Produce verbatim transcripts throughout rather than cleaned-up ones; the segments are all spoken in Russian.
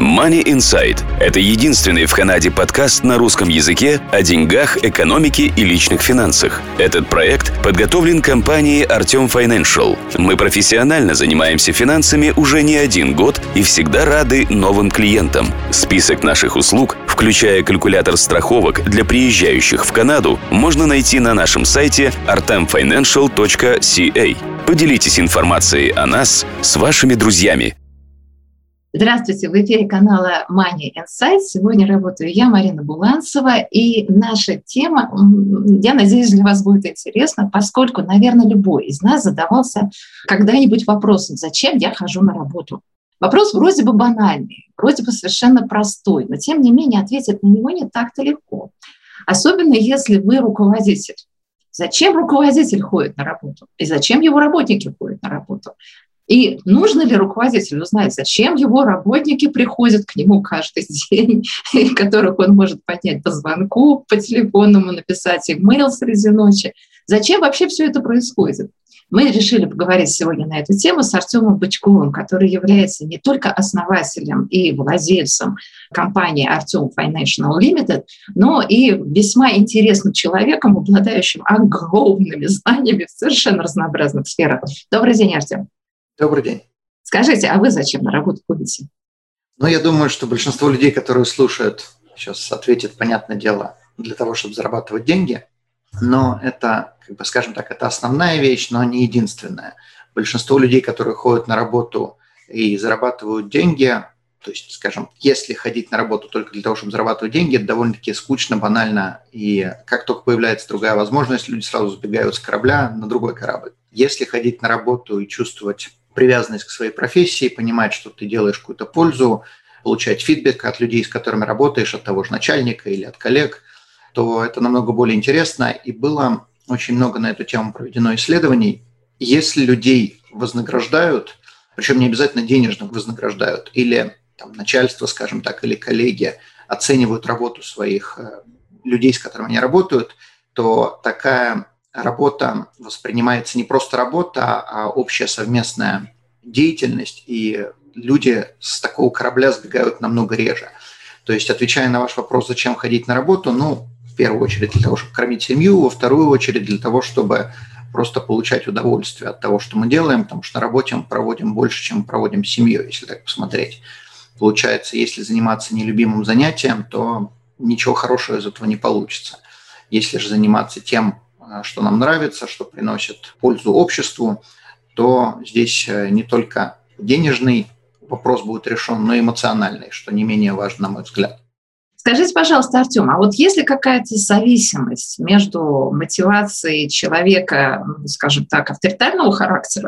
Money Insight – это единственный в Канаде подкаст на русском языке о деньгах, экономике и личных финансах. Этот проект подготовлен компанией Artyom Financial. Мы профессионально занимаемся финансами уже не один год и всегда рады новым клиентам. Список наших услуг, включая калькулятор страховок для приезжающих в Канаду, можно найти на нашем сайте artem financial точка си эй. Поделитесь информацией о нас с вашими друзьями. Здравствуйте, в эфире канала Money Insight. Сегодня работаю я, Марина Буланцева, и наша тема, я надеюсь, для вас будет интересна, поскольку, наверное, любой из нас задавался когда-нибудь вопросом, зачем я хожу на работу. Вопрос вроде бы банальный, вроде бы совершенно простой, но тем не менее ответить на него не так-то легко. Особенно если вы руководитель. Зачем руководитель ходит на работу? И зачем его работники ходят на работу? И нужно ли руководителю знать, зачем его работники приходят к нему каждый день, которых он может поднять по звонку, по телефонному, написать имейл среди ночи? Зачем вообще все это происходит? Мы решили поговорить сегодня на эту тему с Артемом Бычковым, который является не только основателем и владельцем компании Artyom Financial Limited, но и весьма интересным человеком, обладающим огромными знаниями в совершенно разнообразных сферах. Добрый день, Артем. Добрый день. Скажите, а вы зачем на работу ходите? Ну, я думаю, что большинство людей, которые слушают, сейчас ответят, понятное дело, для того, чтобы зарабатывать деньги. Но это, как бы, скажем так, это основная вещь, но не единственная. Большинство людей, которые ходят на работу и зарабатывают деньги, то есть, скажем, если ходить на работу только для того, чтобы зарабатывать деньги, это довольно-таки скучно, банально. И как только появляется другая возможность, люди сразу сбегают с корабля на другой корабль. Если ходить на работу и чувствовать привязанность к своей профессии, понимать, что ты делаешь какую-то пользу, получать фидбэк от людей, с которыми работаешь, от того же начальника или от коллег, то это намного более интересно. И было очень много на эту тему проведено исследований. Если людей вознаграждают, причем не обязательно денежно вознаграждают, или там, начальство, скажем так, или коллеги оценивают работу своих людей, с которыми они работают, то такая работа воспринимается не просто работа, а общая совместная деятельность, и люди с такого корабля сбегают намного реже. То есть, отвечая на ваш вопрос, зачем ходить на работу, ну, в первую очередь для того, чтобы кормить семью, во вторую очередь для того, чтобы просто получать удовольствие от того, что мы делаем, потому что на работе мы проводим больше, чем мы проводим с семьей, если так посмотреть. Получается, если заниматься нелюбимым занятием, то ничего хорошего из этого не получится. Если же заниматься тем, что нам нравится, что приносит пользу обществу, то здесь не только денежный вопрос будет решен, но и эмоциональный, что не менее важно, на мой взгляд. Скажите, пожалуйста, Артем, а вот есть ли какая-то зависимость между мотивацией человека, скажем так, авторитарного характера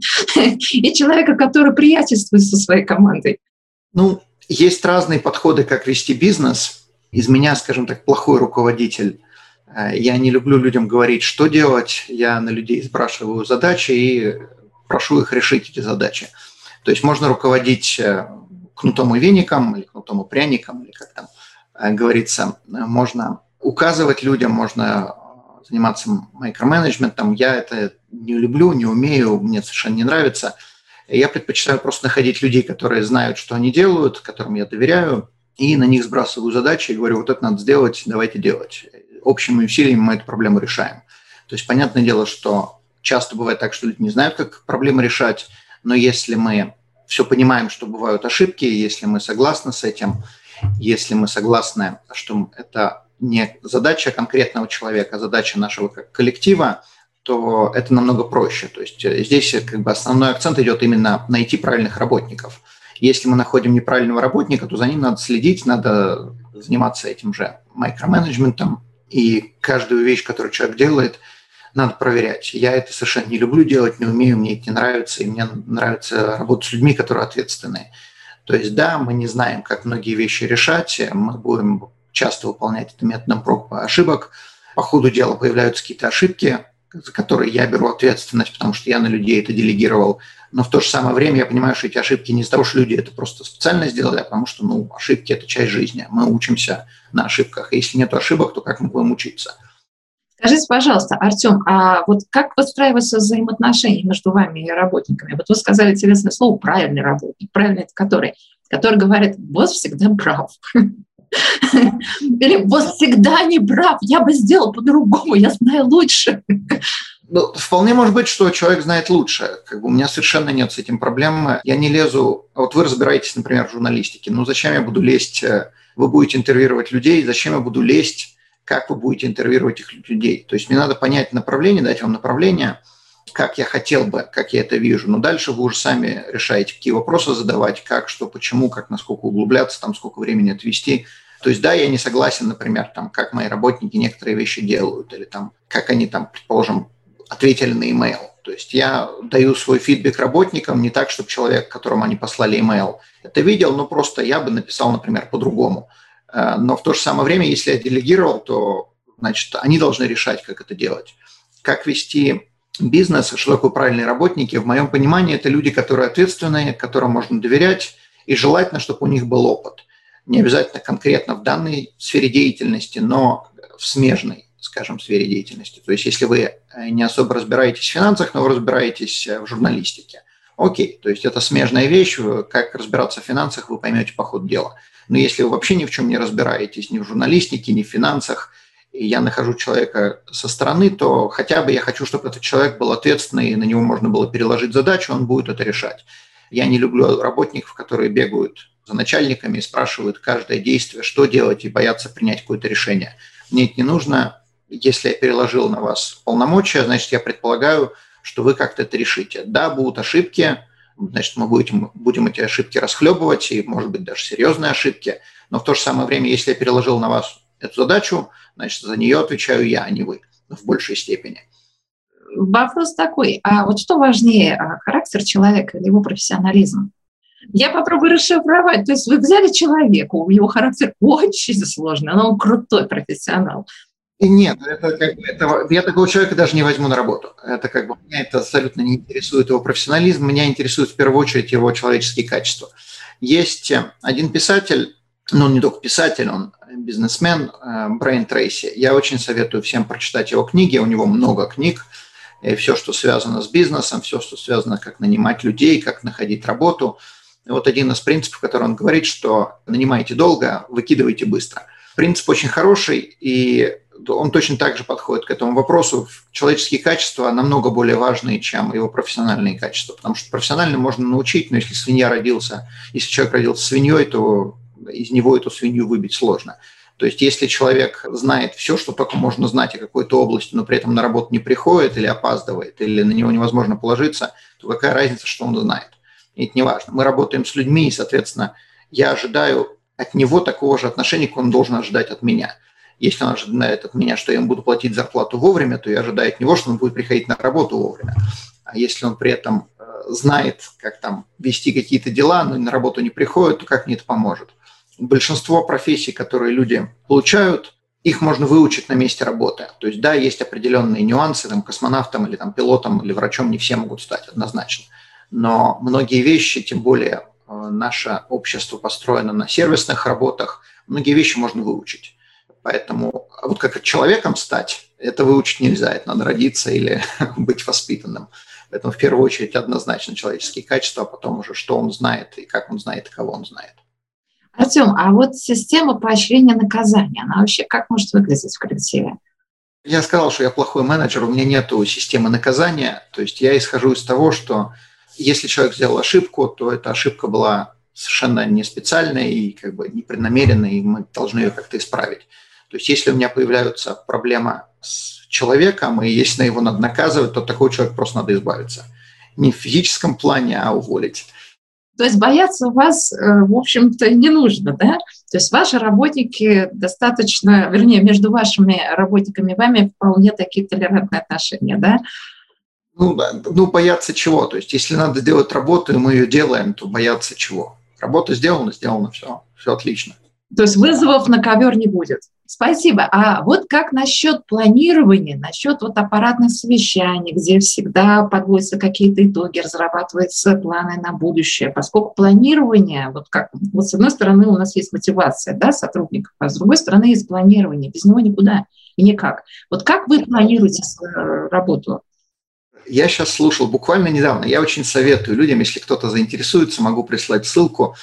и человека, который приятельствует со своей командой? Ну, есть разные подходы, как вести бизнес. Из меня, скажем так, плохой руководитель. Я не люблю людям говорить, что делать. Я на людей спрашиваю задачи и прошу их решить эти задачи. То есть можно руководить кнутом и веником, или кнутом и пряником, или как там говорится. Можно указывать людям, можно заниматься микроменеджментом. Я это не люблю, не умею, мне совершенно не нравится. Я предпочитаю просто находить людей, которые знают, что они делают, которым я доверяю, и на них сбрасываю задачи и говорю, вот это надо сделать, давайте делать. Общими усилиями мы эту проблему решаем. То есть, понятное дело, что часто бывает так, что люди не знают, как проблемы решать, но если мы все понимаем, что бывают ошибки, если мы согласны с этим, если мы согласны, что это не задача конкретного человека, а задача нашего как коллектива, то это намного проще. То есть здесь как бы основной акцент идет именно найти правильных работников. Если мы находим неправильного работника, то за ним надо следить, надо заниматься этим же микроменеджментом, и каждую вещь, которую человек делает, надо проверять. Я это совершенно не люблю делать, не умею, мне это не нравится, и мне нравится работать с людьми, которые ответственные. То есть да, мы не знаем, как многие вещи решать, мы будем часто выполнять это методом проб и ошибок. По ходу дела появляются какие-то ошибки, за которые я беру ответственность, потому что я на людей это делегировал. Но в то же самое время я понимаю, что эти ошибки не из-за того, что люди это просто специально сделали, а потому что ну, ошибки – это часть жизни. Мы учимся на ошибках. И если нет ошибок, то как мы будем учиться? Скажите, пожалуйста, Артем, а вот как выстраиваются взаимоотношения между вами и работниками? Вот вы сказали интересное слово «правильный работник». Правильный — это который? Который говорит: босс всегда прав. Или босс всегда не прав, я бы сделал по-другому, я знаю лучше. Ну, вполне может быть, что человек знает лучше. Как бы у меня совершенно нет с этим проблем. Я не лезу. Вот вы разбираетесь, например, в журналистике. Ну, зачем я буду лезть? Вы будете интервьюировать людей, зачем я буду лезть, как вы будете интервьюировать их людей? То есть мне надо понять направление, дать вам направление, как я хотел бы, как я это вижу. Но дальше вы уже сами решаете, какие вопросы задавать, как, что, почему, как, насколько углубляться, там, сколько времени отвести. То есть, да, я не согласен, например, там, как мои работники некоторые вещи делают, или там, как они, там, предположим, ответили на имейл. То есть я даю свой фидбэк работникам не так, чтобы человек, которому они послали имейл, это видел, но просто я бы написал, например, по-другому. Но в то же самое время, если я делегировал, то, значит, они должны решать, как это делать. Как вести бизнес, что такое правильные работники, в моем понимании, это люди, которые ответственные, которым можно доверять, и желательно, чтобы у них был опыт. Не обязательно конкретно в данной сфере деятельности, но в смежной, скажем, сфере деятельности. То есть если вы не особо разбираетесь в финансах, но вы разбираетесь в журналистике, окей, то есть это смежная вещь, как разбираться в финансах, вы поймете по ходу дела. Но если вы вообще ни в чем не разбираетесь, ни в журналистике, ни в финансах, и я нахожу человека со стороны, то хотя бы я хочу, чтобы этот человек был ответственный, и на него можно было переложить задачу, он будет это решать. Я не люблю работников, которые бегают за начальниками и спрашивают каждое действие, что делать, и боятся принять какое-то решение. Мне это не нужно. Если я переложил на вас полномочия, значит, я предполагаю, что вы как-то это решите. Да, будут ошибки, значит, мы будем, будем эти ошибки расхлебывать, и, может быть, даже серьезные ошибки, но в то же самое время, если я переложил на вас эту задачу, значит, за нее отвечаю я, а не вы, в большей степени. Вопрос такой, а вот что важнее, характер человека или его профессионализм? Я попробую расшифровать. То есть вы взяли человека, у него характер очень сложный, но он крутой профессионал. И нет, это как бы, это, я такого человека даже не возьму на работу. Это как бы меня это абсолютно не интересует его профессионализм, меня интересует в первую очередь его человеческие качества. Есть один писатель, ну он не только писатель, он бизнесмен, Брайан Трейси. Я очень советую всем прочитать его книги, у него много книг, и все, что связано с бизнесом, все, что связано, как нанимать людей, как находить работу. И вот один из принципов, который он говорит, что нанимайте долго, выкидывайте быстро. Принцип очень хороший, и он точно так же подходит к этому вопросу. Человеческие качества намного более важные, чем его профессиональные качества, потому что профессионально можно научить, но если свинья родился, если человек родился свиньей, то из него эту свинью выбить сложно. То есть если человек знает все, что только можно знать о какой-то области, но при этом на работу не приходит или опаздывает, или на него невозможно положиться, то какая разница, что он знает? И это не важно. Мы работаем с людьми, и, соответственно, я ожидаю от него такого же отношения, как он должен ожидать от меня. Если он ожидает от меня, что я ему буду платить зарплату вовремя, то я ожидаю от него, что он будет приходить на работу вовремя. А если он при этом э, знает, как там вести какие-то дела, но на работу не приходит, то как мне это поможет? Большинство профессий, которые люди получают, их можно выучить на месте работы. То есть, да, есть определенные нюансы, там, космонавтом или там, пилотом или врачом не все могут стать однозначно. Но многие вещи, тем более э, наше общество построено на сервисных работах, многие вещи можно выучить. Поэтому вот как человеком стать, это выучить нельзя, это надо родиться или быть воспитанным. Поэтому в первую очередь однозначно человеческие качества, а потом уже что он знает и как он знает, и кого он знает. Артем, а вот система поощрения наказания, она вообще как может выглядеть в коллективе? Я сказал, что я плохой менеджер, у меня нет системы наказания. То есть я исхожу из того, что если человек сделал ошибку, то эта ошибка была совершенно не специальная и как бы непреднамеренная, и мы должны ее как-то исправить. То есть если у меня появляются проблемы с человеком, и если на его надо наказывать, то от такого человека просто надо избавиться. Не в физическом плане, а уволить. То есть бояться вас, в общем-то, не нужно, да? То есть ваши работники достаточно, вернее, между вашими работниками и вами вполне такие толерантные отношения, да? Ну, ну, бояться чего? То есть если надо делать работу, и мы ее делаем, то бояться чего? Работа сделана, сделана, все, все отлично. То есть вызовов на ковер не будет. Спасибо. А вот как насчет планирования, насчет вот аппаратных совещаний, где всегда подводятся какие-то итоги, разрабатываются планы на будущее, поскольку планирование, вот как, вот с одной стороны у нас есть мотивация, да, сотрудников, а с другой стороны есть планирование, без него никуда. и никак. Вот как вы планируете свою работу? Я сейчас слушал буквально недавно, я очень советую людям, если кто-то заинтересуется, могу прислать ссылку,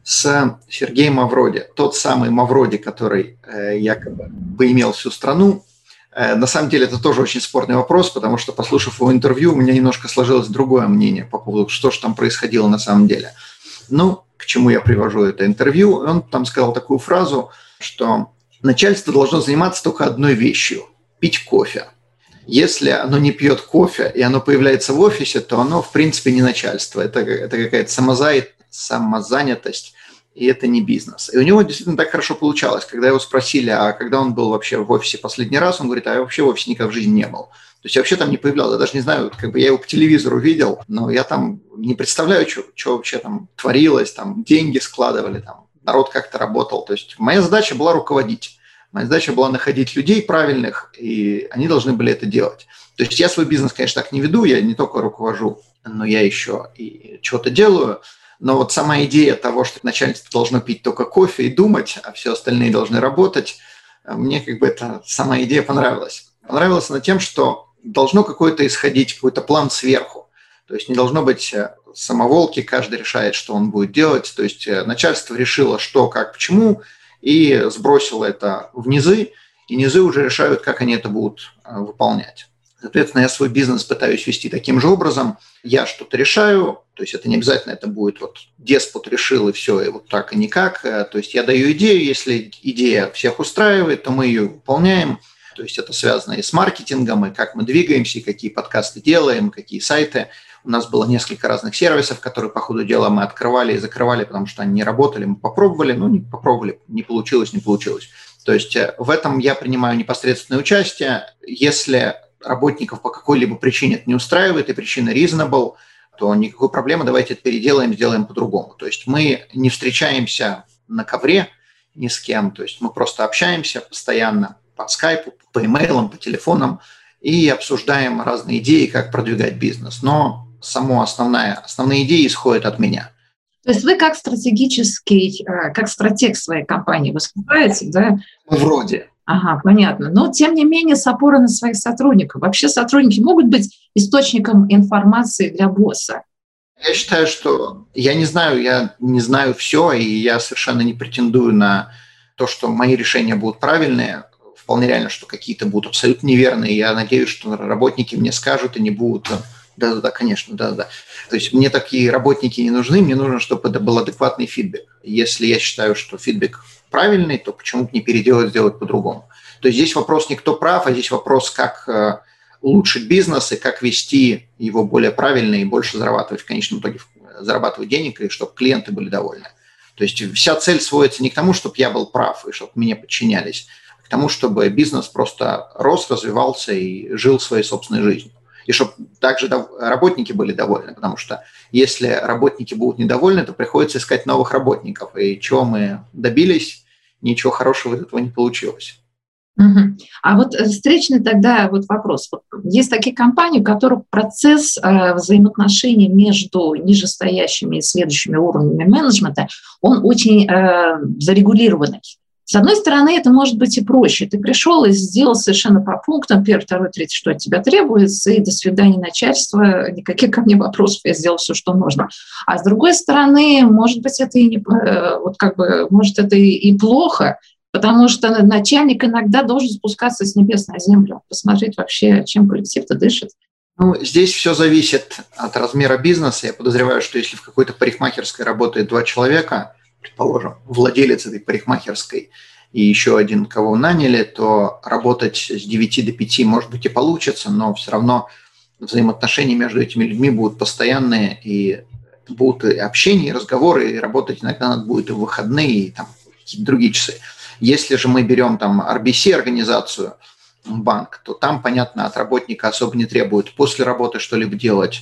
с Сергеем Мавроди. Тот самый Мавроди, который э, якобы поимел всю страну. Э, на самом деле это тоже очень спорный вопрос, потому что, послушав его интервью, у меня немножко сложилось другое мнение по поводу, что же там происходило на самом деле. Ну, к чему я привожу это интервью? Он там сказал такую фразу, что начальство должно заниматься только одной вещью – пить кофе. Если оно не пьет кофе, и оно появляется в офисе, то оно, в принципе, не начальство. Это, это какая-то самозанятость, самозанятость, и это не бизнес. И у него действительно так хорошо получалось. Когда его спросили, а когда он был вообще в офисе последний раз, он говорит, а я вообще в офисе никогда в жизни не был. То есть я вообще там не появлялся, я даже не знаю, как бы я его по телевизору видел, но я там не представляю, что, что вообще там творилось, там деньги складывали, там народ как-то работал. То есть моя задача была руководить. Моя задача была находить людей правильных, и они должны были это делать. То есть я свой бизнес, конечно, так не веду, я не только руковожу, но я еще и что-то делаю. Но вот сама идея того, что начальство должно пить только кофе и думать, а все остальные должны работать, мне как бы эта сама идея понравилась. Понравилась она тем, что должно какой-то исходить, какой-то план сверху. То есть не должно быть самоволки, каждый решает, что он будет делать. То есть начальство решило, что, как, почему, и сбросило это в низы, и низы уже решают, как они это будут выполнять. Соответственно, я свой бизнес пытаюсь вести таким же образом. Я что-то решаю, то есть это не обязательно это будет вот деспот решил и все, и вот так и никак. То есть я даю идею, если идея всех устраивает, то мы ее выполняем. То есть это связано и с маркетингом, и как мы двигаемся, и какие подкасты делаем, какие сайты. У нас было несколько разных сервисов, которые по ходу дела мы открывали и закрывали, потому что они не работали. Мы попробовали, ну не попробовали, не получилось, не получилось. То есть в этом я принимаю непосредственное участие. Если работников по какой-либо причине это не устраивает, и причина reasonable, то никакой проблемы, давайте это переделаем, сделаем по-другому. То есть мы не встречаемся на ковре ни с кем, то есть мы просто общаемся постоянно по скайпу, по имейлам, по телефонам и обсуждаем разные идеи, как продвигать бизнес. Но само основная, основные идеи исходят от меня. То есть вы как стратегический, как стратег своей компании выступаете, да? Вроде. Ага, понятно. Но, тем не менее, с опорой на своих сотрудников. Вообще сотрудники могут быть источником информации для босса? Я считаю, что я не знаю, я не знаю все, и я совершенно не претендую на то, что мои решения будут правильные. Вполне реально, что какие-то будут абсолютно неверные. Я надеюсь, что работники мне скажут и не будут... Да-да-да, конечно, да-да. То есть мне такие работники не нужны, мне нужно, чтобы это был адекватный фидбэк. Если я считаю, что фидбэк правильный, то почему бы не переделать, сделать по-другому? То есть здесь вопрос не кто прав, а здесь вопрос, как э, улучшить бизнес и как вести его более правильно и больше зарабатывать в конечном итоге, зарабатывать денег, и чтобы клиенты были довольны. То есть вся цель сводится не к тому, чтобы я был прав и чтобы мне подчинялись, а к тому, чтобы бизнес просто рос, развивался и жил своей собственной жизнью. И чтобы также работники были довольны, потому что если работники будут недовольны, то приходится искать новых работников. И чего мы добились, ничего хорошего из этого не получилось. Угу. А вот встречный тогда вот вопрос. Вот есть такие компании, у которых процесс э, взаимоотношений между нижестоящими и следующими уровнями менеджмента, он очень э, зарегулированный. С одной стороны, это может быть и проще. Ты пришел и сделал совершенно по пунктам, первый, второй, третий, что от тебя требуется, и до свидания, начальство, никаких ко мне вопросов, я сделал все, что нужно. А с другой стороны, может быть, это и не, вот как бы, может, это и плохо, потому что начальник иногда должен спускаться с небес на землю, посмотреть вообще, чем коллектив-то дышит. Ну, здесь все зависит от размера бизнеса. Я подозреваю, что если в какой-то парикмахерской работает два человека, предположим, владелец этой парикмахерской и еще один, кого наняли, то работать с девяти до пяти, может быть, и получится, но все равно взаимоотношения между этими людьми будут постоянные, и будут и общение, и разговоры, и работать иногда надо будет и в выходные, и там какие-то другие часы. Если же мы берем там ар би си организацию, банк, то там, понятно, от работника особо не требуют после работы что-либо делать,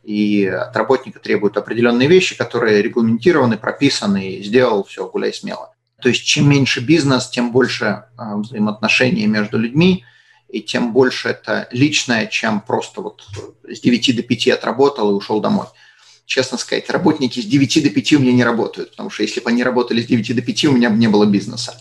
и от работника требуют определенные вещи, которые регламентированы, прописаны, и сделал, все, гуляй смело. То есть чем меньше бизнес, тем больше э, взаимоотношений между людьми, и тем больше это личное, чем просто вот с девяти до пяти отработал и ушел домой. Честно сказать, работники с девяти до пяти у меня не работают, потому что если бы они работали с девяти до пяти, у меня бы не было бизнеса.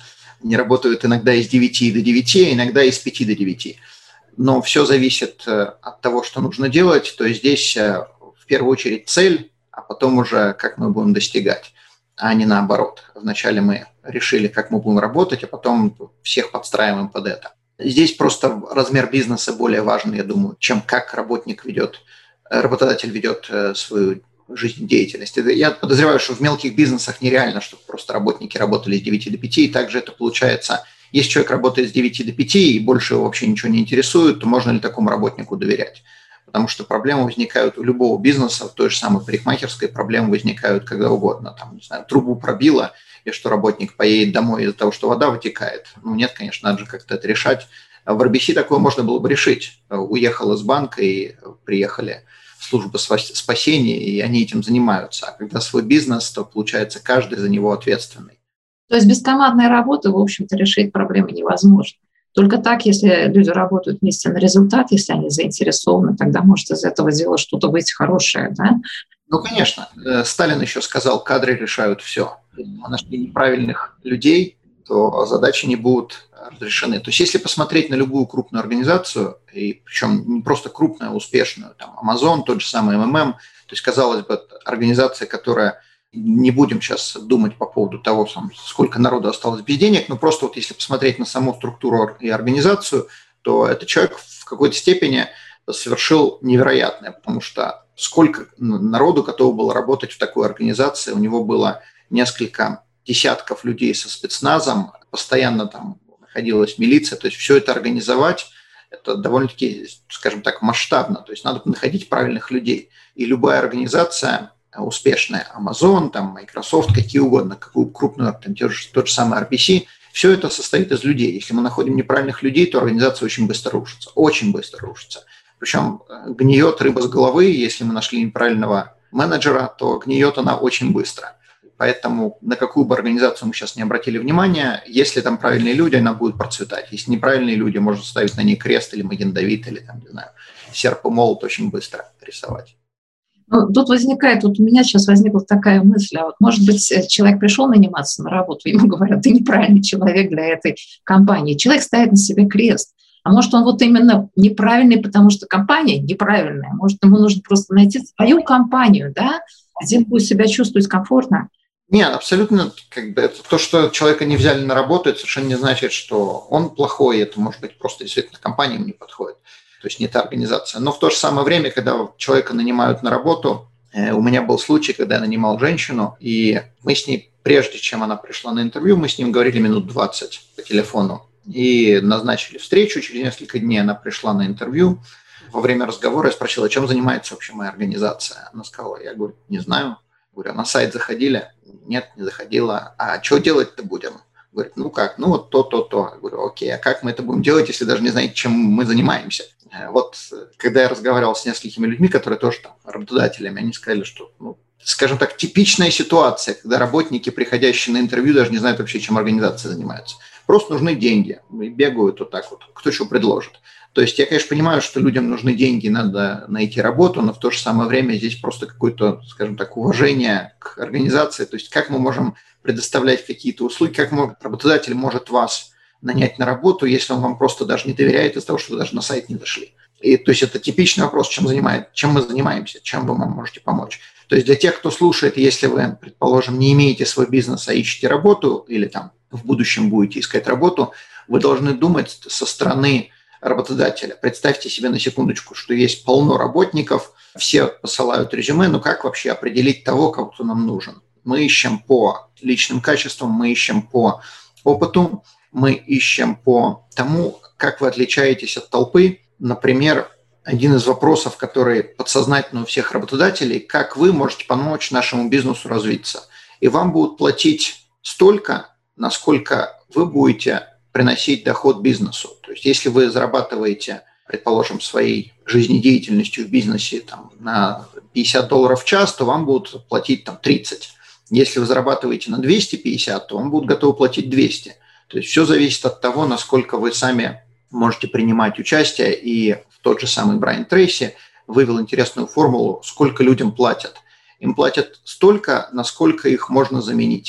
Они работают иногда из девяти до девяти, иногда из пяти до девяти. Но все зависит от того, что нужно делать. То есть здесь в первую очередь цель, а потом уже как мы будем достигать, а не наоборот. Вначале мы решили, как мы будем работать, а потом всех подстраиваем под это. Здесь просто размер бизнеса более важен, я думаю, чем как работник ведет, работодатель ведет свою жизнедеятельность. Я подозреваю, что в мелких бизнесах нереально, чтобы просто работники работали с девяти до пяти, и также это получается, если человек работает с девяти до пяти и больше его вообще ничего не интересует, то можно ли такому работнику доверять? Потому что проблемы возникают у любого бизнеса, в той же самой парикмахерской проблемы возникают когда угодно. Там, не знаю, трубу пробило, и что работник поедет домой из-за того, что вода вытекает. Ну нет, конечно, надо же как-то это решать. В эр би си такое можно было бы решить. Уехал из банка и приехали службы спасения, и они этим занимаются. А когда свой бизнес, то, получается, каждый за него ответственный. То есть без командной работы, в общем-то, решить проблемы невозможно. Только так, если люди работают вместе на результат, если они заинтересованы, тогда может из этого дела что-то быть хорошее, да? Ну, конечно. Сталин еще сказал, кадры решают все. Мы нашли неправильных людей, то задачи не будут разрешены. То есть если посмотреть на любую крупную организацию, и причем не просто крупную, а успешную, там Amazon, тот же самый эм эм эм, то есть, казалось бы, организация, которая, не будем сейчас думать по поводу того, сколько народу осталось без денег, но просто вот если посмотреть на саму структуру и организацию, то этот человек в какой-то степени совершил невероятное, потому что сколько народу готово было работать в такой организации, у него было несколько десятков людей со спецназом, постоянно там находилась милиция, то есть все это организовать, это довольно-таки, скажем так, масштабно, то есть надо находить правильных людей. И любая организация успешная, Amazon, там, Microsoft, какие угодно, какую крупную, там, тот же, тот же самый эр би си, все это состоит из людей. Если мы находим неправильных людей, то организация очень быстро рушится, очень быстро рушится. Причем гниет рыба с головы, если мы нашли неправильного менеджера, то гниет она очень быстро. Поэтому на какую бы организацию мы сейчас не обратили внимания, если там правильные люди, она будет процветать. Если неправильные люди, можно ставить на ней крест или Маген Давид, или там, не знаю, серп и молот очень быстро рисовать. Ну, тут возникает, вот у меня сейчас возникла такая мысль, а вот, может быть, человек пришел наниматься на работу, ему говорят, ты неправильный человек для этой компании. Человек ставит на себе крест. А может, он вот именно неправильный, потому что компания неправильная. Может, ему нужно просто найти свою компанию, да, где он будет себя чувствовать комфортно. Нет, абсолютно, как бы, это то, что человека не взяли на работу, это совершенно не значит, что он плохой, это может быть просто действительно компания ему не подходит, то есть не та организация. Но в то же самое время, когда человека нанимают на работу, э, у меня был случай, когда я нанимал женщину, и мы с ней, прежде чем она пришла на интервью, мы с ним говорили минут двадцать по телефону и назначили встречу, через несколько дней она пришла на интервью. Во время разговора я спросил, чем занимается вообще моя организация. Она сказала, я говорю, не знаю. Говорю, на сайт заходили? Нет, не заходила. А что делать-то будем? Говорит, ну как, ну вот то, то, то. Я говорю, окей, а как мы это будем делать, если даже не знаете, чем мы занимаемся? Вот когда я разговаривал с несколькими людьми, которые тоже там работодателями, они сказали, что, ну, скажем так, типичная ситуация, когда работники, приходящие на интервью, даже не знают вообще, чем организация занимается. Просто нужны деньги. Бегают вот так вот. Кто что предложит? То есть я, конечно, понимаю, что людям нужны деньги, надо найти работу, но в то же самое время здесь просто какое-то, скажем так, уважение к организации. То есть как мы можем предоставлять какие-то услуги, как работодатель может вас нанять на работу, если он вам просто даже не доверяет из-за того, что вы даже на сайт не зашли. И, то есть это типичный вопрос, чем, занимает, чем мы занимаемся, чем вы нам можете помочь. То есть для тех, кто слушает, если вы, предположим, не имеете свой бизнес, а ищете работу или там в будущем будете искать работу, вы должны думать со стороны работодателя. Представьте себе на секундочку, что есть полно работников, все посылают резюме, но как вообще определить того, кто нам нужен? Мы ищем по личным качествам, мы ищем по опыту, мы ищем по тому, как вы отличаетесь от толпы. Например, один из вопросов, который подсознательно у всех работодателей, как вы можете помочь нашему бизнесу развиться. И вам будут платить столько, насколько вы будете приносить доход бизнесу. То есть если вы зарабатываете, предположим, своей жизнедеятельностью в бизнесе там, на пятьдесят долларов в час, то вам будут платить там, тридцать. Если вы зарабатываете на двести пятьдесят, то вам будут готовы платить двести. То есть все зависит от того, насколько вы сами можете принимать участие. И в тот же самый Брайан Трейси вывел интересную формулу, сколько людям платят. Им платят столько, насколько их можно заменить.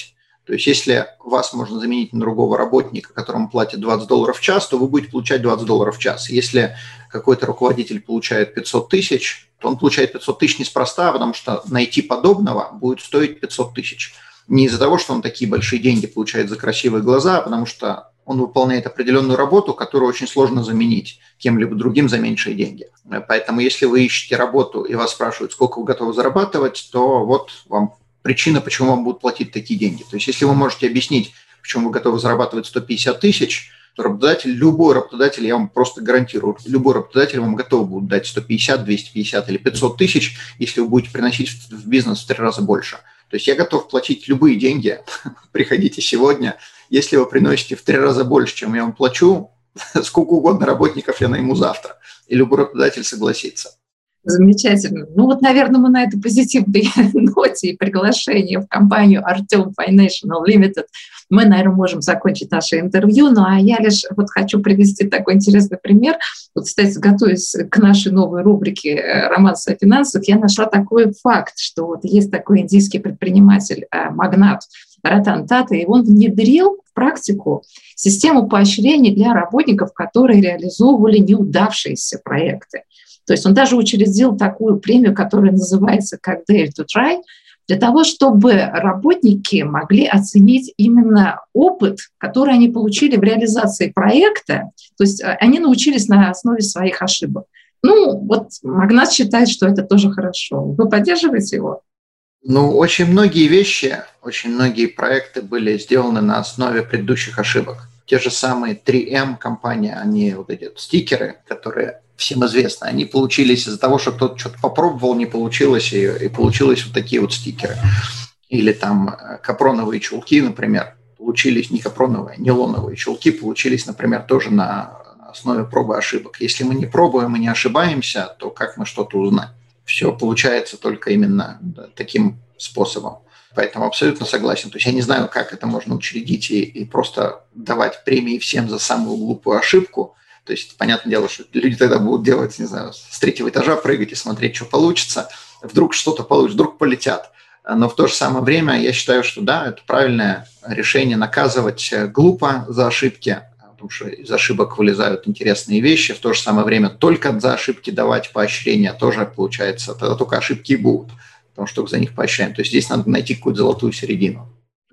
То есть если вас можно заменить на другого работника, которому платят двадцать долларов в час, то вы будете получать двадцать долларов в час. Если какой-то руководитель получает пятьсот тысяч, то он получает пятьсот тысяч неспроста, потому что найти подобного будет стоить пятьсот тысяч. Не из-за того, что он такие большие деньги получает за красивые глаза, а потому что он выполняет определенную работу, которую очень сложно заменить кем-либо другим за меньшие деньги. Поэтому если вы ищете работу и вас спрашивают, сколько вы готовы зарабатывать, то вот вам причина, почему вам будут платить такие деньги. То есть если вы можете объяснить, почему вы готовы зарабатывать сто пятьдесят тысяч, то работодатель, любой работодатель, я вам просто гарантирую, любой работодатель вам готов будет дать сто пятьдесят, двести пятьдесят или пятьсот тысяч, если вы будете приносить в бизнес в три раза больше. То есть я готов платить любые деньги, приходите сегодня, если вы приносите в три раза больше, чем я вам плачу, сколько угодно работников я найму завтра, и любой работодатель согласится. Замечательно. Ну вот, наверное, мы на этой позитивной ноте и приглашении в компанию Artem Financial Limited мы, наверное, можем закончить наше интервью. Ну а я лишь вот хочу привести такой интересный пример. Вот, кстати, готовясь к нашей новой рубрике «Романсы о финансах», я нашла такой факт, что вот есть такой индийский предприниматель, магнат Ратан Тата, и он внедрил в практику систему поощрений для работников, которые реализовывали неудавшиеся проекты. То есть он даже учредил такую премию, которая называется как Dare to Try, для того, чтобы работники могли оценить именно опыт, который они получили в реализации проекта. То есть они научились на основе своих ошибок. Ну, вот магнат считает, что это тоже хорошо. Вы поддерживаете его? Ну, очень многие вещи, очень многие проекты были сделаны на основе предыдущих ошибок. Те же самые три эм компания, они вот эти вот стикеры, которые всем известны, они получились из-за того, что кто-то что-то попробовал, не получилось, и, и получились вот такие вот стикеры. Или там капроновые чулки, например, получились не капроновые, нейлоновые чулки получились, например, тоже на основе пробы ошибок. Если мы не пробуем и не ошибаемся, то как мы что-то узнаем? Все получается только именно да, таким способом. Поэтому абсолютно согласен. То есть я не знаю, как это можно учредить и, и просто давать премии всем за самую глупую ошибку. То есть, понятное дело, что люди тогда будут делать, не знаю, с третьего этажа прыгать и смотреть, что получится. Вдруг что-то получится, вдруг полетят. Но в то же самое время я считаю, что да, это правильное решение наказывать глупо за ошибки, потому что из ошибок вылезают интересные вещи. В то же самое время только за ошибки давать поощрения тоже получается. Тогда только ошибки и будут, потому что за них поощряем. То есть здесь надо найти какую-то золотую середину.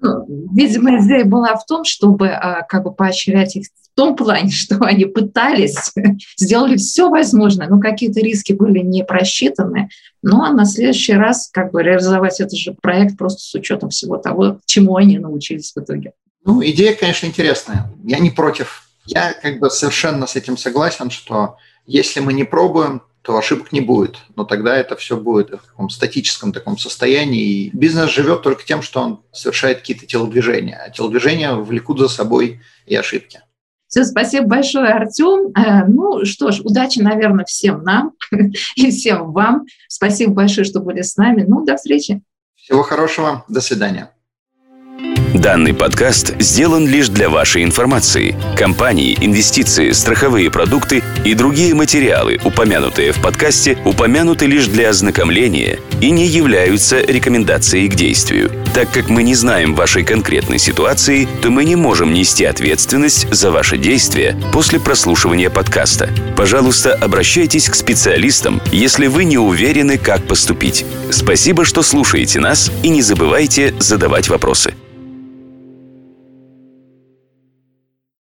Видимо, идея была в том, чтобы как бы поощрять их в том плане, что они пытались, сделали все возможное, но какие-то риски были не просчитаны. Ну а на следующий раз как бы реализовать этот же проект просто с учетом всего того, чему они научились в итоге. Ну, идея, конечно, интересная. Я не против. Я как бы совершенно с этим согласен, что если мы не пробуем, то ошибок не будет. Но тогда это все будет в таком статическом таком состоянии. И бизнес живет только тем, что он совершает какие-то телодвижения. А телодвижения влекут за собой и ошибки. Все, спасибо большое, Артем. Ну что ж, удачи, наверное, всем нам и всем вам. Спасибо большое, что были с нами. Ну, до встречи. Всего хорошего. До свидания. Данный подкаст сделан лишь для вашей информации. Компании, инвестиции, страховые продукты и другие материалы, упомянутые в подкасте, упомянуты лишь для ознакомления и не являются рекомендацией к действию. Так как мы не знаем вашей конкретной ситуации, то мы не можем нести ответственность за ваши действия после прослушивания подкаста. Пожалуйста, обращайтесь к специалистам, если вы не уверены, как поступить. Спасибо, что слушаете нас, и не забывайте задавать вопросы.